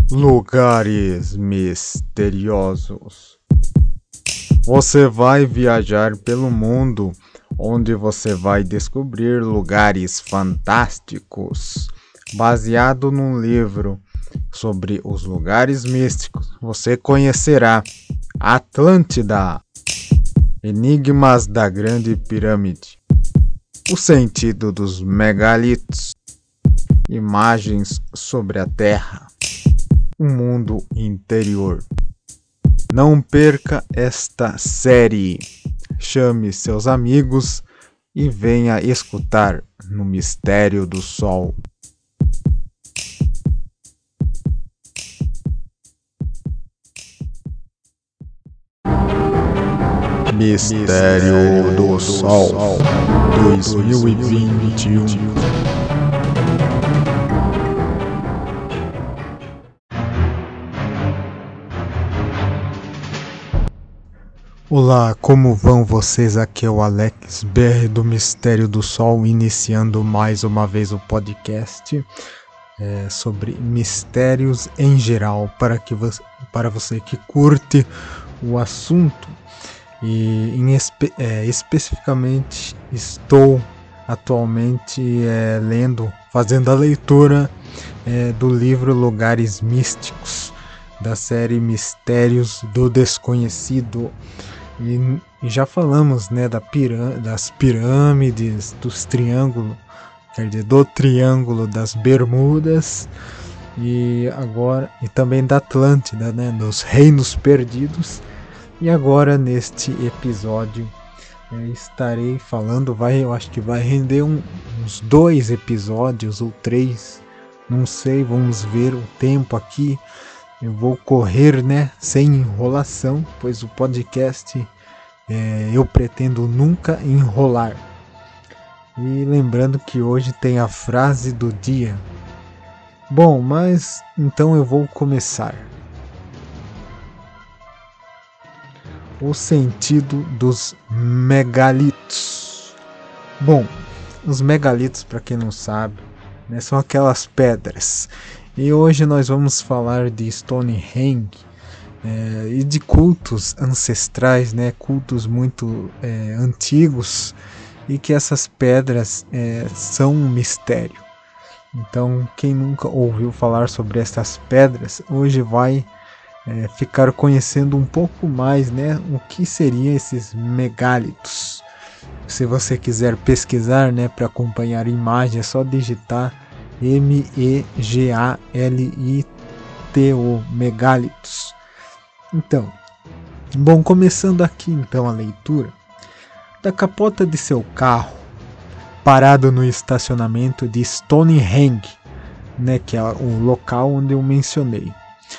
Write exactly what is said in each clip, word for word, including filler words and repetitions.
Lugares misteriosos. Você vai viajar pelo mundo, onde você vai descobrir lugares fantásticos. Baseado num livro sobre os lugares místicos, você conhecerá Atlântida, enigmas da Grande Pirâmide, o sentido dos megalitos, imagens sobre a Terra, o mundo interior. Não perca esta série. Chame seus amigos e venha escutar no Mistério do Sol. Mistério do Sol dois mil e vinte e um. Olá, como vão vocês? Aqui é o Alex B R do Mistério do Sol, iniciando mais uma vez o podcast é, sobre mistérios em geral, para, que você, para você que curte o assunto. E em espe é, especificamente estou atualmente é, lendo, fazendo a leitura é, do livro Lugares Místicos, da série Mistérios do Desconhecido. E, e já falamos, né, da pirâ das pirâmides, dos triângulos, quer dizer, do Triângulo das Bermudas, e agora e também da Atlântida, né, dos Reinos Perdidos. E agora neste episódio é, estarei falando, vai, eu acho que vai render um, uns dois episódios ou três, não sei, vamos ver o tempo aqui. Eu vou correr, né, sem enrolação, pois o podcast é, eu pretendo nunca enrolar. E lembrando que hoje tem a frase do dia. Bom, mas então eu vou começar. O sentido dos megalitos. Bom, os megalitos, para quem não sabe, né, são aquelas pedras. E hoje nós vamos falar de Stonehenge é, e de cultos ancestrais, né, cultos muito é, antigos, e que essas pedras é, são um mistério. Então, quem nunca ouviu falar sobre essas pedras, hoje vai é, ficar conhecendo um pouco mais, né, o que seriam esses megalitos. Se você quiser pesquisar, né, para acompanhar a imagem, é só digitar M E G A L I T O, megalitos. Então, bom, começando aqui então a leitura. Da capota de seu carro, parado no estacionamento de Stonehenge, né, que é o local onde eu mencionei,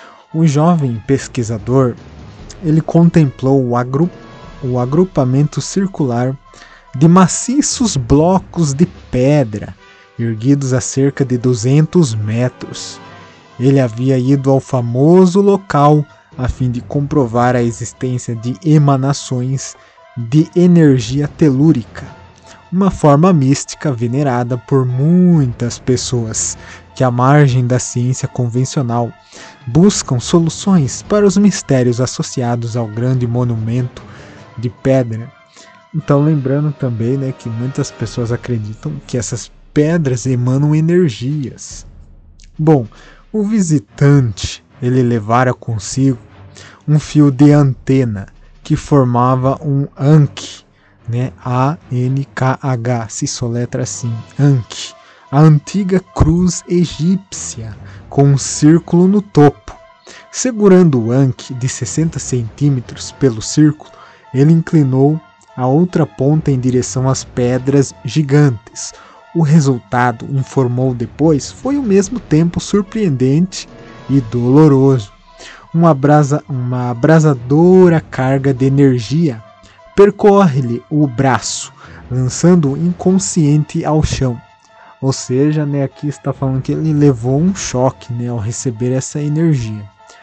o jovem pesquisador, ele contemplou o, agru o agrupamento circular de maciços blocos de pedra erguidos a cerca de duzentos metros. Ele havia ido ao famoso local a fim de comprovar a existência de emanações de energia telúrica, uma forma mística venerada por muitas pessoas que, à margem da ciência convencional, buscam soluções para os mistérios associados ao grande monumento de pedra. Então, lembrando também, né, que muitas pessoas acreditam que essas pedras emanam energias. Bom, o visitante, ele levara consigo um fio de antena que formava um Ankh, né? A N K H, se soletra assim, Ankh, a antiga cruz egípcia com um círculo no topo. Segurando o Ankh de sessenta centímetros pelo círculo, ele inclinou a outra ponta em direção às pedras gigantes. O resultado, informou depois, foi ao mesmo tempo surpreendente e doloroso. Uma, brasa, uma abrasadora carga de energia percorre-lhe o braço, lançando-o inconsciente ao chão. Ou seja, né, aqui está falando que ele levou um choque, né, ao receber essa energia.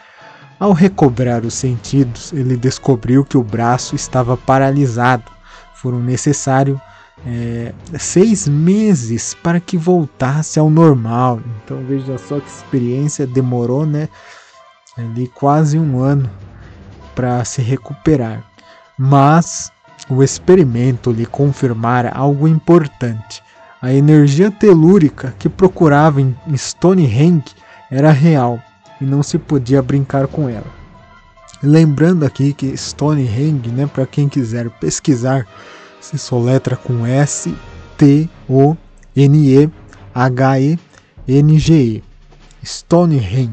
Ao recobrar os sentidos, ele descobriu que o braço estava paralisado. Foram necessários é, seis meses para que voltasse ao normal. Então veja só que experiência, demorou, né, ali quase um ano para se recuperar. Mas o experimento lhe confirmara algo importante. A energia telúrica que procurava em Stonehenge era real e não se podia brincar com ela. Lembrando aqui que Stonehenge, né, para quem quiser pesquisar, se soletra com S T O N E H E N G E. Stonehenge.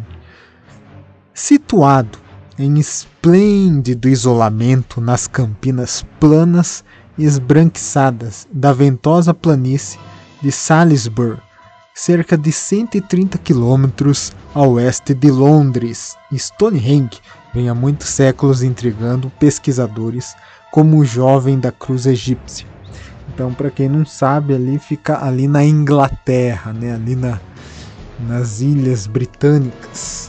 Situado em esplêndido isolamento nas campinas planas e esbranquiçadas da ventosa planície de Salisbury, cerca de cento e trinta quilômetros a oeste de Londres. Stonehenge vem há muitos séculos intrigando pesquisadores como o jovem da cruz egípcia. Então, para quem não sabe, ali fica ali na Inglaterra, né? Ali na, nas Ilhas Britânicas.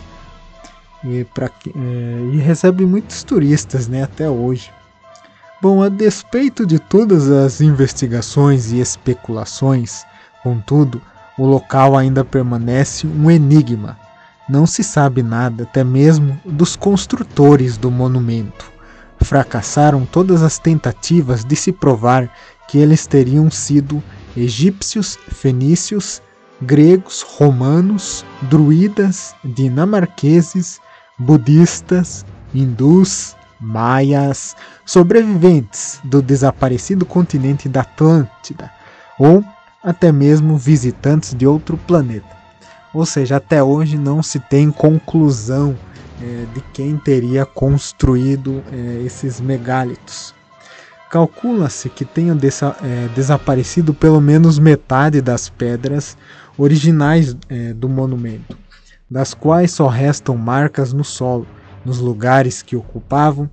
E, pra, é, e recebe muitos turistas, né, até hoje. Bom, a despeito de todas as investigações e especulações, contudo, o local ainda permanece um enigma. Não se sabe nada, até mesmo dos construtores do monumento. Fracassaram todas as tentativas de se provar que eles teriam sido egípcios, fenícios, gregos, romanos, druidas, dinamarqueses, budistas, hindus, maias, sobreviventes do desaparecido continente da Atlântida, ou até mesmo visitantes de outro planeta. Ou seja, até hoje não se tem conclusão é, de quem teria construído é, esses megálitos. Calcula-se que tenham desa é, desaparecido pelo menos metade das pedras originais é, do monumento, das quais só restam marcas no solo, nos lugares que ocupavam,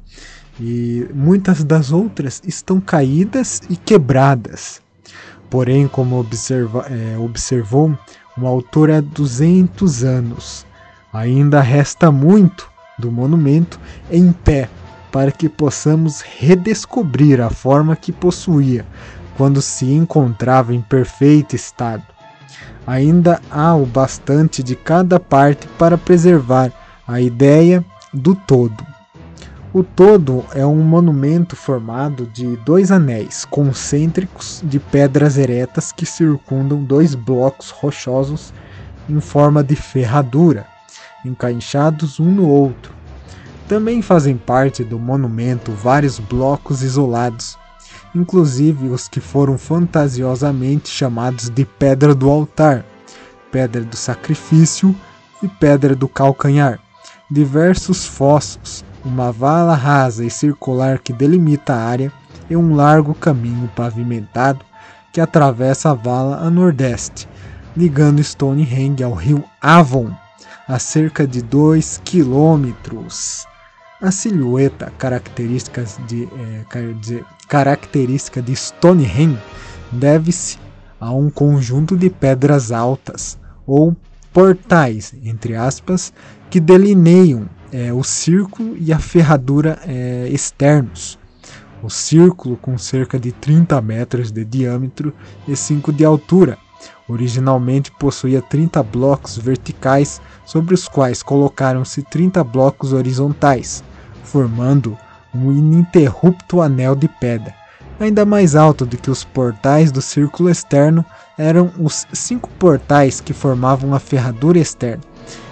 e muitas das outras estão caídas e quebradas. Porém, como observa, é, observou um autor há duzentos anos, ainda resta muito do monumento em pé para que possamos redescobrir a forma que possuía quando se encontrava em perfeito estado. Ainda há o bastante de cada parte para preservar a ideia do todo. O todo é um monumento formado de dois anéis concêntricos de pedras eretas que circundam dois blocos rochosos em forma de ferradura, encaixados um no outro. Também fazem parte do monumento vários blocos isolados, inclusive os que foram fantasiosamente chamados de Pedra do Altar, Pedra do Sacrifício e Pedra do Calcanhar. Diversos fossos, uma vala rasa e circular que delimita a área e um largo caminho pavimentado que atravessa a vala a nordeste, ligando Stonehenge ao rio Avon, a cerca de dois quilômetros. A silhueta característica de, é, quer dizer, característica de Stonehenge deve-se a um conjunto de pedras altas, ou portais, entre aspas, que delineiam é, o círculo e a ferradura é, externos. O círculo, com cerca de trinta metros de diâmetro e cinco de altura, originalmente possuía trinta blocos verticais, sobre os quais colocaram-se trinta blocos horizontais, formando um ininterrupto anel de pedra. Ainda mais alto do que os portais do círculo externo eram os cinco portais que formavam a ferradura externa,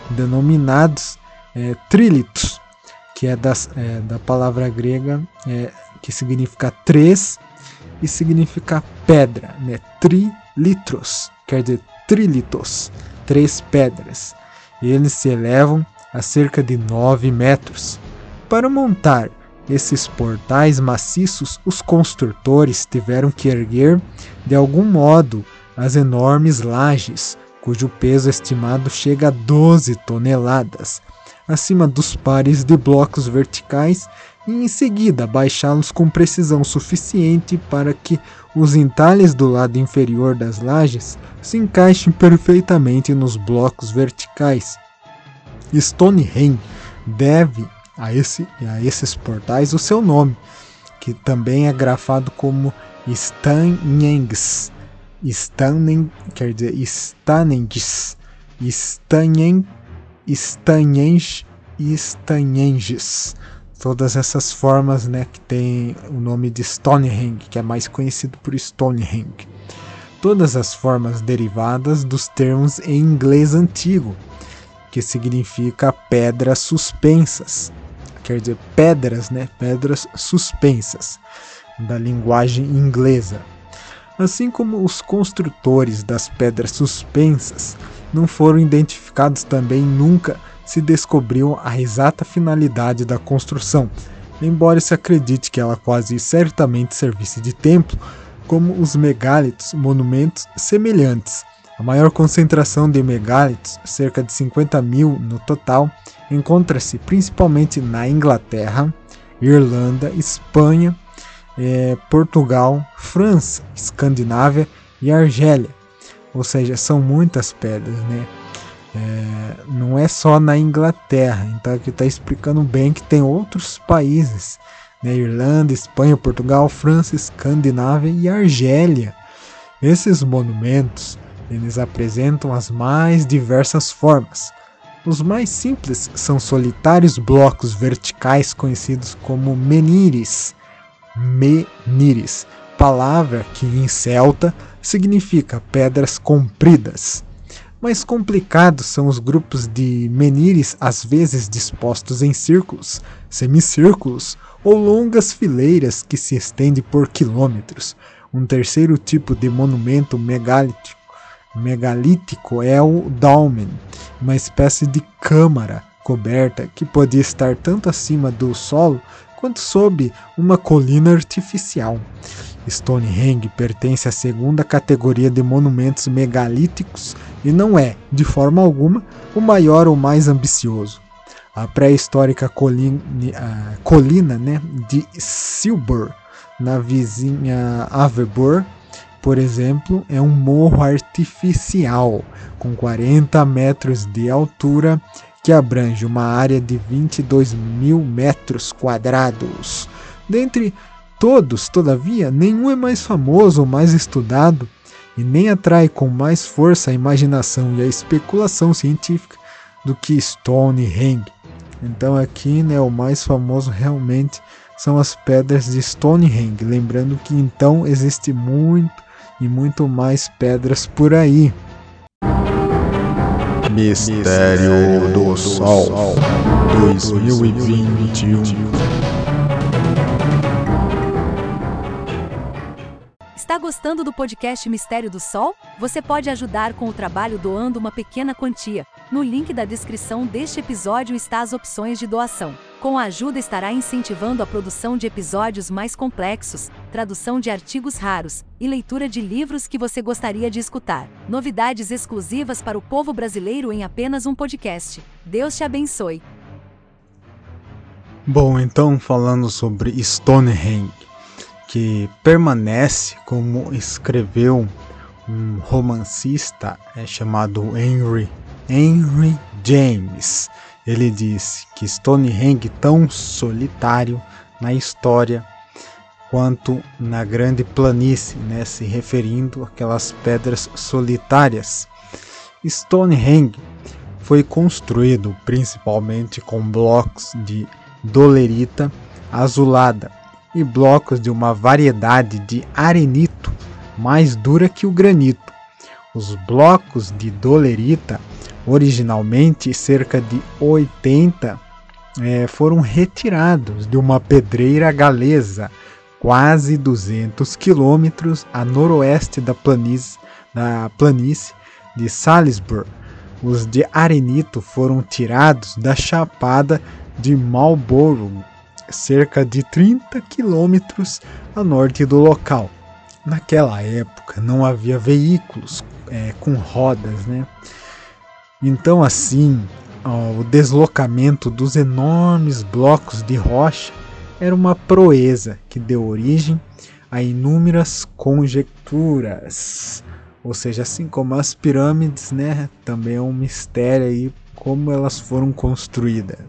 denominados é, trílitos, que é, das, é da palavra grega é, que significa três e significa pedra, né? Trilitros, quer dizer trílitos, três pedras. Eles se elevam a cerca de nove metros. Para montar esses portais maciços, os construtores tiveram que erguer de algum modo as enormes lajes, cujo peso estimado chega a doze toneladas, acima dos pares de blocos verticais, e em seguida baixá-los com precisão suficiente para que os entalhes do lado inferior das lajes se encaixem perfeitamente nos blocos verticais. Stonehenge deve a, esse, a esses portais o seu nome, que também é grafado como Stanhengs, Stanen, quer dizer Stanenges, Stanhen, Stanhenge e Stanhenges. Todas essas formas, né, que tem o nome de Stonehenge, que é mais conhecido por Stonehenge. Todas as formas derivadas dos termos em inglês antigo, que significa pedras suspensas. Quer dizer, pedras, né, pedras suspensas, da linguagem inglesa. Assim como os construtores das pedras suspensas não foram identificados, também nunca se descobriu a exata finalidade da construção, embora se acredite que ela quase certamente servisse de templo, como os megálitos, monumentos semelhantes. A maior concentração de megálitos, cerca de cinquenta mil no total, encontra-se principalmente na Inglaterra, Irlanda, Espanha, eh, Portugal, França, Escandinávia e Argélia. Ou seja, são muitas pedras, né? É, não é só na Inglaterra, então aqui está explicando bem que tem outros países, né? Irlanda, Espanha, Portugal, França, Escandinávia e Argélia. Esses monumentos, eles apresentam as mais diversas formas. Os mais simples são solitários blocos verticais conhecidos como menhires, menhires, palavra que em celta significa pedras compridas. Mais complicados são os grupos de menhires, às vezes dispostos em círculos, semicírculos ou longas fileiras que se estendem por quilômetros. Um terceiro tipo de monumento megalítico, megalítico é o dolmen, uma espécie de câmara coberta que podia estar tanto acima do solo quanto sob uma colina artificial. Stonehenge pertence à segunda categoria de monumentos megalíticos e não é, de forma alguma, o maior ou mais ambicioso. A pré-histórica colina, a colina né, de Silbur, na vizinha Averbur, por exemplo, é um morro artificial com quarenta metros de altura que abrange uma área de vinte e dois mil metros quadrados. Dentre todos, todavia, nenhum é mais famoso ou mais estudado e nem atrai com mais força a imaginação e a especulação científica do que Stonehenge. Então aqui, né, o mais famoso realmente são as pedras de Stonehenge. Lembrando que então existe muito e muito mais pedras por aí. Mistério do Sol dois mil e vinte e um. Está gostando do podcast Mistério do Sol? Você pode ajudar com o trabalho doando uma pequena quantia. No link da descrição deste episódio está as opções de doação. Com a ajuda estará incentivando a produção de episódios mais complexos, tradução de artigos raros e leitura de livros que você gostaria de escutar. Novidades exclusivas para o povo brasileiro em apenas um podcast. Deus te abençoe. Bom, então falando sobre Stonehenge, que permanece, como escreveu um romancista é, chamado Henry, Henry James. Ele disse que Stonehenge tão solitário na história quanto na grande planície, né, se referindo àquelas pedras solitárias. Stonehenge foi construído principalmente com blocos de dolerita azulada e blocos de uma variedade de arenito mais dura que o granito. Os blocos de dolerita, originalmente cerca de oitenta, é, foram retirados de uma pedreira galesa, quase duzentos quilômetros a noroeste da planície, da planície de Salisbury. Os de arenito foram tirados da chapada de Marlborough, cerca de trinta quilômetros a norte do local. Naquela época não havia veículos é, com rodas, né? Então assim, ó, o deslocamento dos enormes blocos de rocha era uma proeza que deu origem a inúmeras conjecturas. Ou seja, assim como as pirâmides, né, também é um mistério aí como elas foram construídas.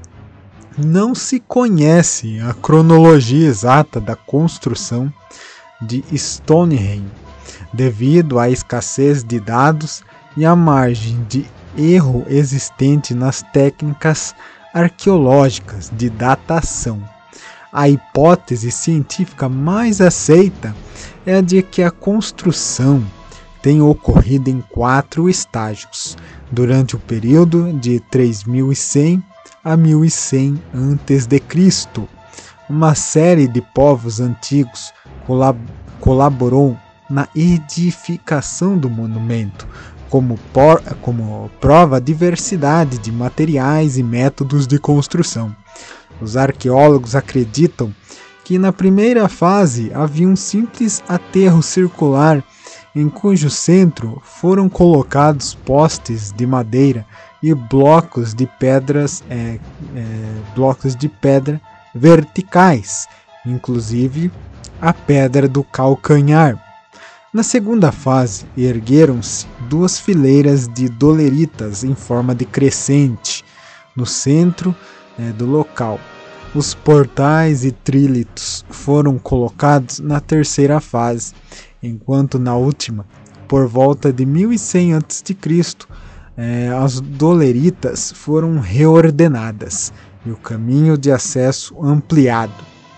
Não se conhece a cronologia exata da construção de Stonehenge, devido à escassez de dados e à margem de erro existente nas técnicas arqueológicas de datação. A hipótese científica mais aceita é a de que a construção tenha ocorrido em quatro estágios, durante o período de três mil e cem a mil e cem antes de Cristo. Uma série de povos antigos colab- colaborou na edificação do monumento, como, por, como prova a diversidade de materiais e métodos de construção. Os arqueólogos acreditam que na primeira fase havia um simples aterro circular em cujo centro foram colocados postes de madeira e blocos de pedras, é, é, blocos de pedra verticais, inclusive a pedra do calcanhar. Na segunda fase, ergueram-se duas fileiras de doleritas em forma de crescente no centro é, do local. Os portais e trílitos foram colocados na terceira fase, enquanto na última, por volta de mil e cem antes de Cristo, eh, as doleritas foram reordenadas e o caminho de acesso ampliado.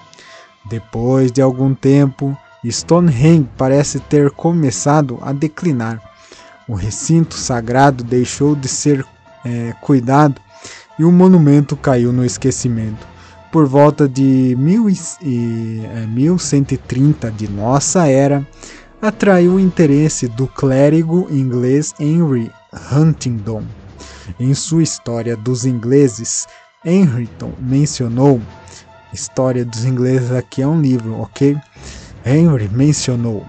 Depois de algum tempo, Stonehenge parece ter começado a declinar. O recinto sagrado deixou de ser eh, cuidado e o monumento caiu no esquecimento. Por volta de mil cento e trinta de nossa era, atraiu o interesse do clérigo inglês Henry Huntingdon. Em sua História dos Ingleses, Henryton mencionou, História dos Ingleses aqui é um livro, ok? Henry mencionou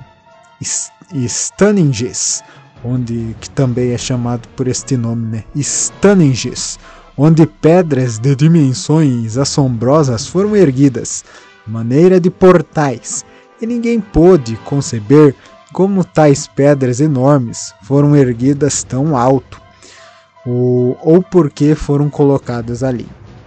Stonehenge, onde, que também é chamado por este nome, né? Stonehenge, onde pedras de dimensões assombrosas foram erguidas, maneira de portais, e ninguém pôde conceber como tais pedras enormes foram erguidas tão alto, ou, ou por que foram colocadas ali.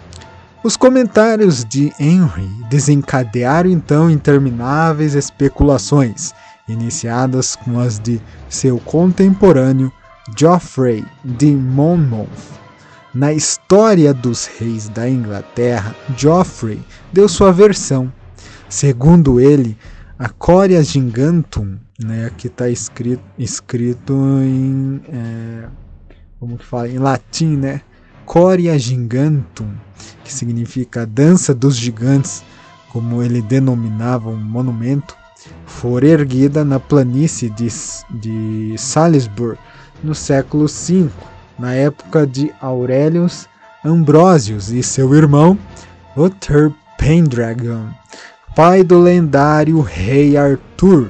Os comentários de Henry desencadearam então intermináveis especulações, iniciadas com as de seu contemporâneo Geoffrey de Monmouth. Na História dos Reis da Inglaterra, Geoffrey deu sua versão. Segundo ele, a Coria Gigantum, né, que está escrito, escrito em, é, como que fala, em latim, né? Coria Gigantum, que significa dança dos gigantes, como ele denominava um monumento, foi erguida na planície de, de Salisbury no século cinco. Na época de Aurelius Ambrosius e seu irmão Uther Pendragon, pai do lendário rei Arthur.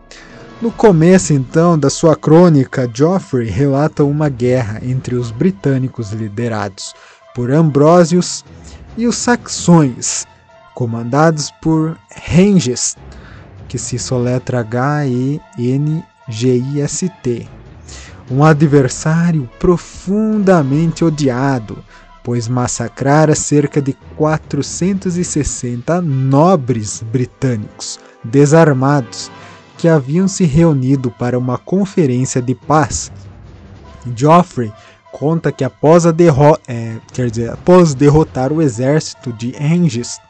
No começo então da sua crônica, Geoffrey relata uma guerra entre os britânicos liderados por Ambrosius e os saxões, comandados por Hengist, que se soletra H E N G I S T. Um adversário profundamente odiado, pois massacrara cerca de quatrocentos e sessenta nobres britânicos desarmados que haviam se reunido para uma conferência de paz. Geoffrey conta que após, a derro é, quer dizer, após derrotar o exército de Hengist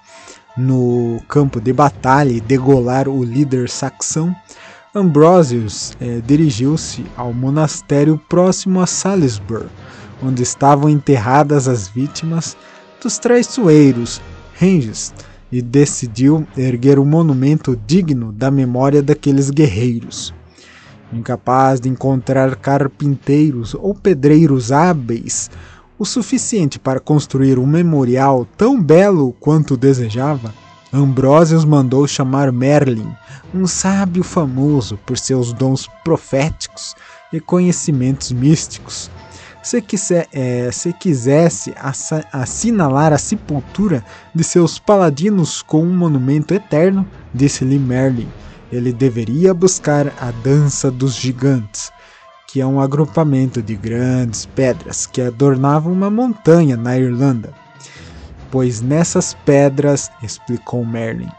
no campo de batalha e degolar o líder saxão, Ambrosius eh, dirigiu-se ao monastério próximo a Salisbury, onde estavam enterradas as vítimas dos traiçoeiros Hengist, e decidiu erguer um monumento digno da memória daqueles guerreiros. Incapaz de encontrar carpinteiros ou pedreiros hábeis o suficiente para construir um memorial tão belo quanto desejava, Ambrosius mandou chamar Merlin, um sábio famoso por seus dons proféticos e conhecimentos místicos. Se, quiser, é, se quisesse assinalar a sepultura de seus paladinos com um monumento eterno, disse-lhe Merlin, ele deveria buscar a dança dos gigantes, que é um agrupamento de grandes pedras que adornavam uma montanha na Irlanda. Pois nessas pedras, explicou Merlin,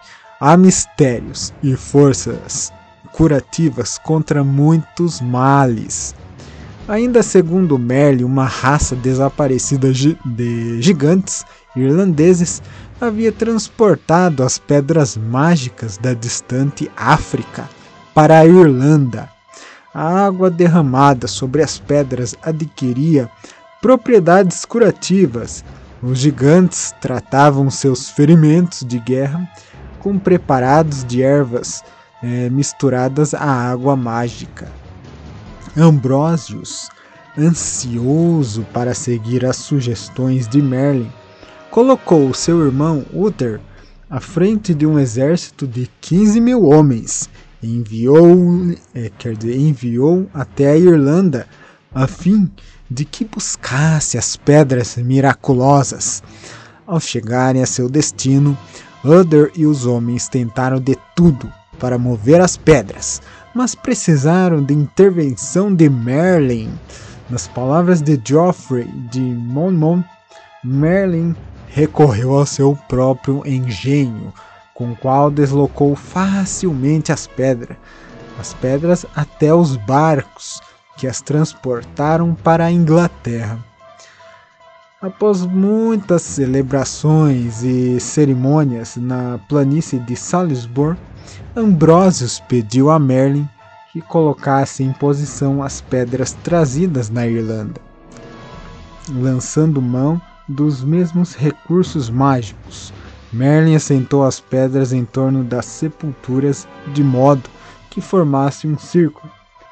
há mistérios e forças curativas contra muitos males. Ainda segundo Merlin, uma raça desaparecida de gigantes irlandeses havia transportado as pedras mágicas da distante África para a Irlanda. A água derramada sobre as pedras adquiria propriedades curativas. Os gigantes tratavam seus ferimentos de guerra com preparados de ervas eh, misturadas à água mágica. Ambrosius, ansioso para seguir as sugestões de Merlin, colocou seu irmão Uther à frente de um exército de quinze mil homens e enviou, é, quer dizer, enviou até a Irlanda a fim de que buscasse as pedras miraculosas. Ao chegarem a seu destino, Uther e os homens tentaram de tudo para mover as pedras, mas precisaram de intervenção de Merlin. Nas palavras de Geoffrey de Monmouth, Merlin recorreu ao seu próprio engenho, com o qual deslocou facilmente as pedras, as pedras até os barcos que as transportaram para a Inglaterra. Após muitas celebrações e cerimônias na planície de Salisbury, Ambrosius pediu a Merlin que colocasse em posição as pedras trazidas na Irlanda, lançando mão dos mesmos recursos mágicos. Merlin assentou as pedras em torno das sepulturas de modo que formasse um círculo,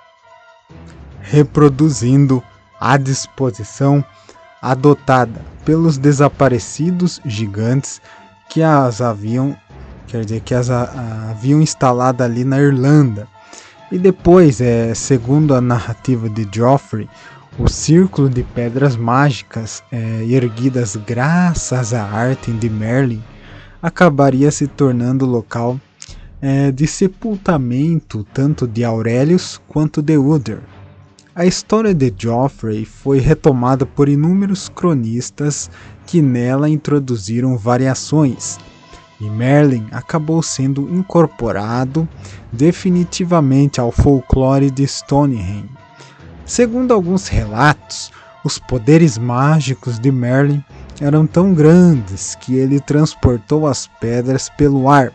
reproduzindo a disposição adotada pelos desaparecidos gigantes que as haviam, quer dizer, que as a, haviam instalado ali na Irlanda. E depois, é, segundo a narrativa de Geoffrey, o círculo de pedras mágicas é, erguidas graças à arte de Merlin acabaria se tornando local é, de sepultamento tanto de Aurelius quanto de Uther. A história de Geoffrey foi retomada por inúmeros cronistas que nela introduziram variações, e Merlin acabou sendo incorporado definitivamente ao folclore de Stonehenge. Segundo alguns relatos, os poderes mágicos de Merlin eram tão grandes que ele transportou as pedras pelo ar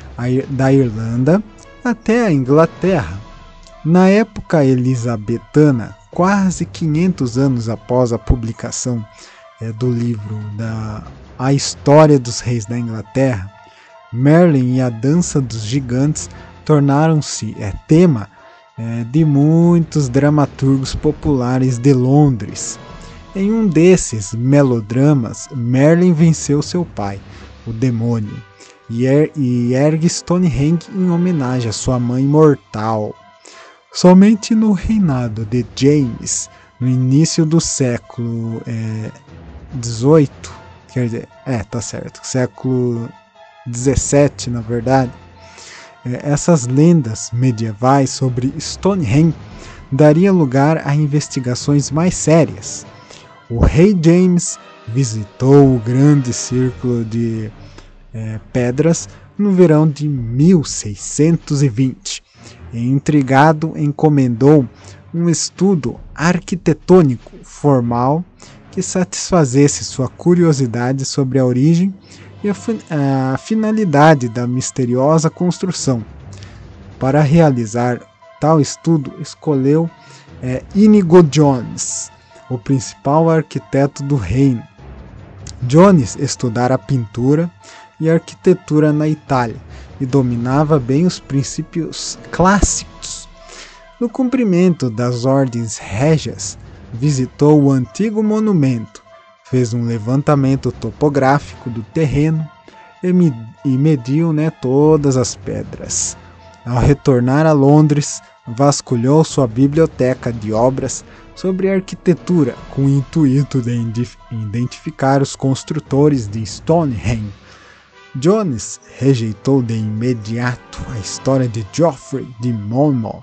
da Irlanda até a Inglaterra. Na época elisabetana, quase quinhentos anos após a publicação é, do livro da A História dos Reis da Inglaterra, Merlin e a Dança dos Gigantes tornaram-se é, tema é, de muitos dramaturgos populares de Londres. Em um desses melodramas, Merlin venceu seu pai, o demônio, e, er e ergue Stonehenge em homenagem à sua mãe mortal. Somente no reinado de James, no início do século é, dezoito, quer dizer, é, tá certo, século dezessete, na verdade, é, essas lendas medievais sobre Stonehenge dariam lugar a investigações mais sérias. O rei James visitou o grande círculo de é, pedras no verão de mil seiscentos e vinte. E, intrigado, encomendou um estudo arquitetônico formal que satisfazesse sua curiosidade sobre a origem e a, a finalidade da misteriosa construção. Para realizar tal estudo, escolheu é, Inigo Jones, o principal arquiteto do reino. Jones estudara pintura e arquitetura na Itália e dominava bem os princípios clássicos. No cumprimento das ordens régias, visitou o antigo monumento, fez um levantamento topográfico do terreno e, me, e mediu né, todas as pedras. Ao retornar a Londres, vasculhou sua biblioteca de obras sobre arquitetura com o intuito de identificar os construtores de Stonehenge. Jones rejeitou de imediato a história de Geoffrey de Monmouth.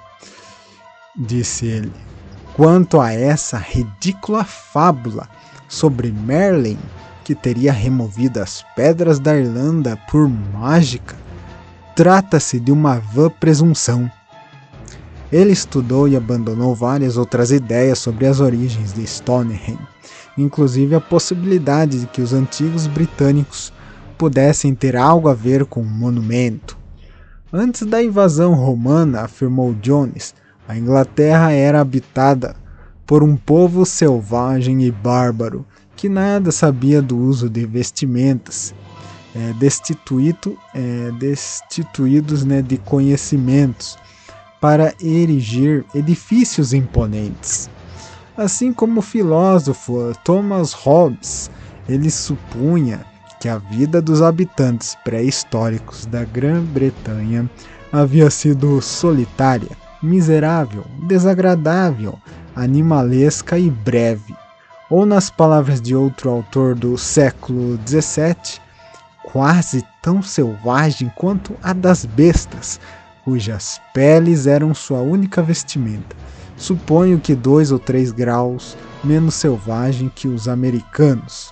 Disse ele: quanto a essa ridícula fábula sobre Merlin, que teria removido as pedras da Irlanda por mágica, trata-se de uma vã presunção. Ele estudou e abandonou várias outras ideias sobre as origens de Stonehenge, inclusive a possibilidade de que os antigos britânicos pudessem ter algo a ver com o monumento. Antes da invasão romana, afirmou Jones, a Inglaterra era habitada por um povo selvagem e bárbaro, que nada sabia do uso de vestimentas, é, destituído, é, destituídos né, de conhecimentos, para erigir edifícios imponentes. Assim como o filósofo Thomas Hobbes, ele supunha que a vida dos habitantes pré-históricos da Grã-Bretanha havia sido solitária, miserável, desagradável, animalesca e breve. Ou, nas palavras de outro autor do século dezessete, quase tão selvagem quanto a das bestas, cujas peles eram sua única vestimenta. Suponho que dois ou três graus menos selvagem que os americanos.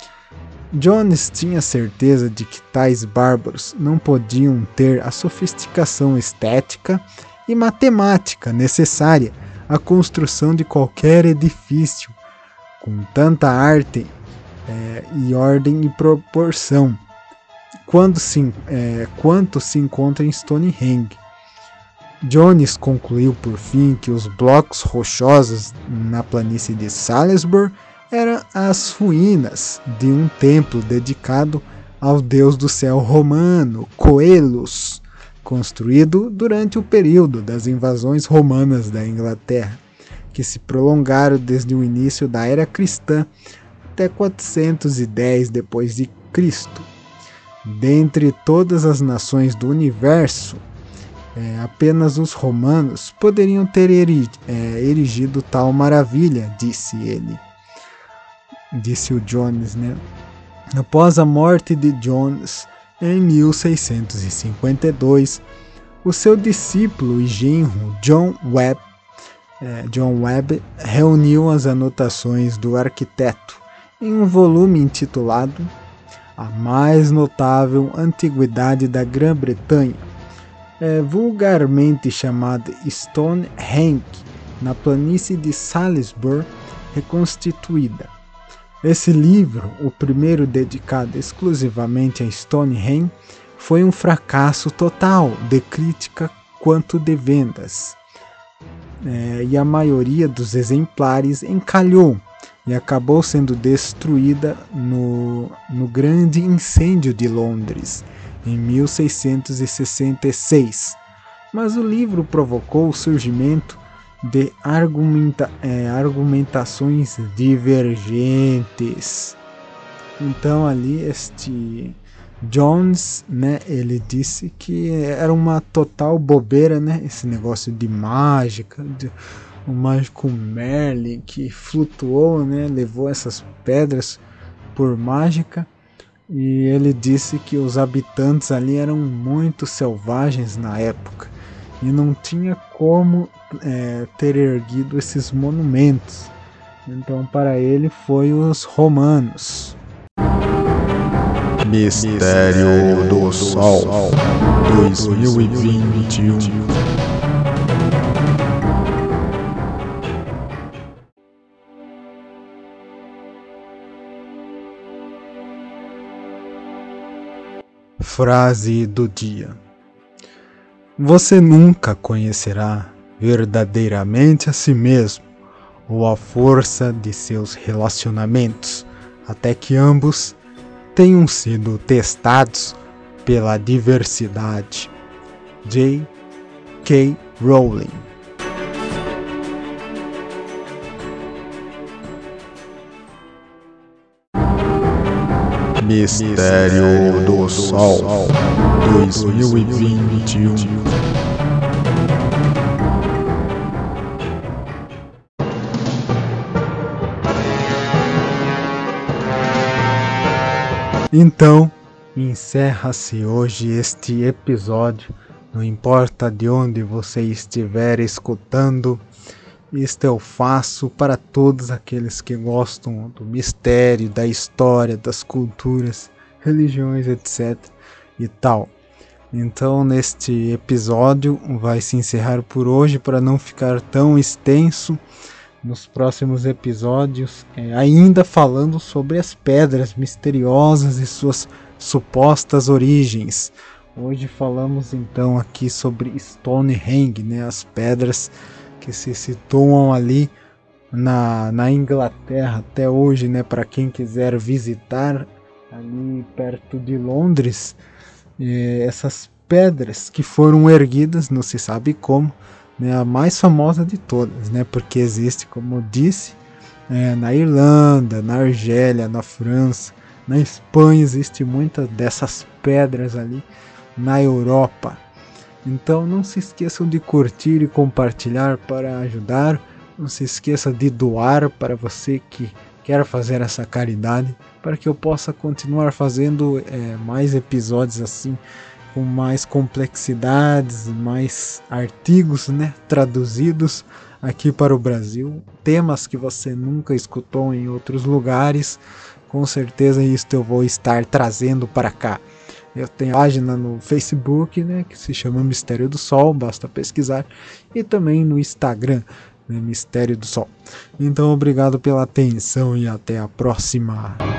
Jones tinha certeza de que tais bárbaros não podiam ter a sofisticação estética e matemática necessária à construção de qualquer edifício, com tanta arte é, e ordem e proporção, quando se, é, quanto se encontra em Stonehenge. Jones concluiu por fim que os blocos rochosos na planície de Salisbury eram as ruínas de um templo dedicado ao deus do céu romano, Coelus, construído durante o período das invasões romanas da Inglaterra, que se prolongaram desde o início da era cristã até quatrocentos e dez depois de Cristo. Dentre todas as nações do universo, é, apenas os romanos poderiam ter eri é, erigido tal maravilha, disse ele. Disse o Jones, né? Após a morte de Jones, em mil seiscentos e cinquenta e dois, o seu discípulo e genro John Webb, é, John Webb reuniu as anotações do arquiteto em um volume intitulado A Mais Notável Antiguidade da Grã-Bretanha, é, vulgarmente chamada Stonehenge, na planície de Salisbury reconstituída. Esse livro, o primeiro dedicado exclusivamente a Stonehenge, foi um fracasso total de crítica quanto de vendas, é, e a maioria dos exemplares encalhou e acabou sendo destruída no, no Grande Incêndio de Londres, em mil seiscentos e sessenta e seis. Mas o livro provocou o surgimento de argumenta, é, argumentações divergentes. Então ali este Jones, né, ele disse que era uma total bobeira, né, esse negócio de mágica, de, o mágico Merlin que flutuou, né, levou essas pedras por mágica, e ele disse que os habitantes ali eram muito selvagens na época e não tinha como é, ter erguido esses monumentos. Então para ele foi os romanos. Mistério do Sol dois mil e vinte e um. Frase do dia: você nunca conhecerá verdadeiramente a si mesmo ou a força de seus relacionamentos até que ambos tenham sido testados pela diversidade. J K Rowling. Mistério do Sol dois mil e vinte e um. Então, encerra-se hoje este episódio. Não importa de onde você estiver escutando, isto eu faço para todos aqueles que gostam do mistério, da história, das culturas, religiões, etc e tal. Então, neste episódio vai se encerrar por hoje para não ficar tão extenso. Nos próximos episódios, é, ainda falando sobre as pedras misteriosas e suas supostas origens. Hoje falamos então aqui sobre Stonehenge, né, as pedras que se situam ali na, na Inglaterra até hoje, né, para quem quiser visitar ali perto de Londres, é, essas pedras que foram erguidas, não se sabe como, né, a mais famosa de todas, né, porque existe, como eu disse, é, na Irlanda, na Argélia, na França, na Espanha existe muitas dessas pedras ali, na Europa. Então não se esqueçam de curtir e compartilhar para ajudar, não se esqueça de doar para você que quer fazer essa caridade, para que eu possa continuar fazendo é, mais episódios assim, com mais complexidades, mais artigos, né, traduzidos aqui para o Brasil, temas que você nunca escutou em outros lugares, com certeza isso eu vou estar trazendo para cá. Eu tenho a página no Facebook, né, que se chama Mistério do Sol, basta pesquisar, e também no Instagram, né, Mistério do Sol. Então obrigado pela atenção e até a próxima.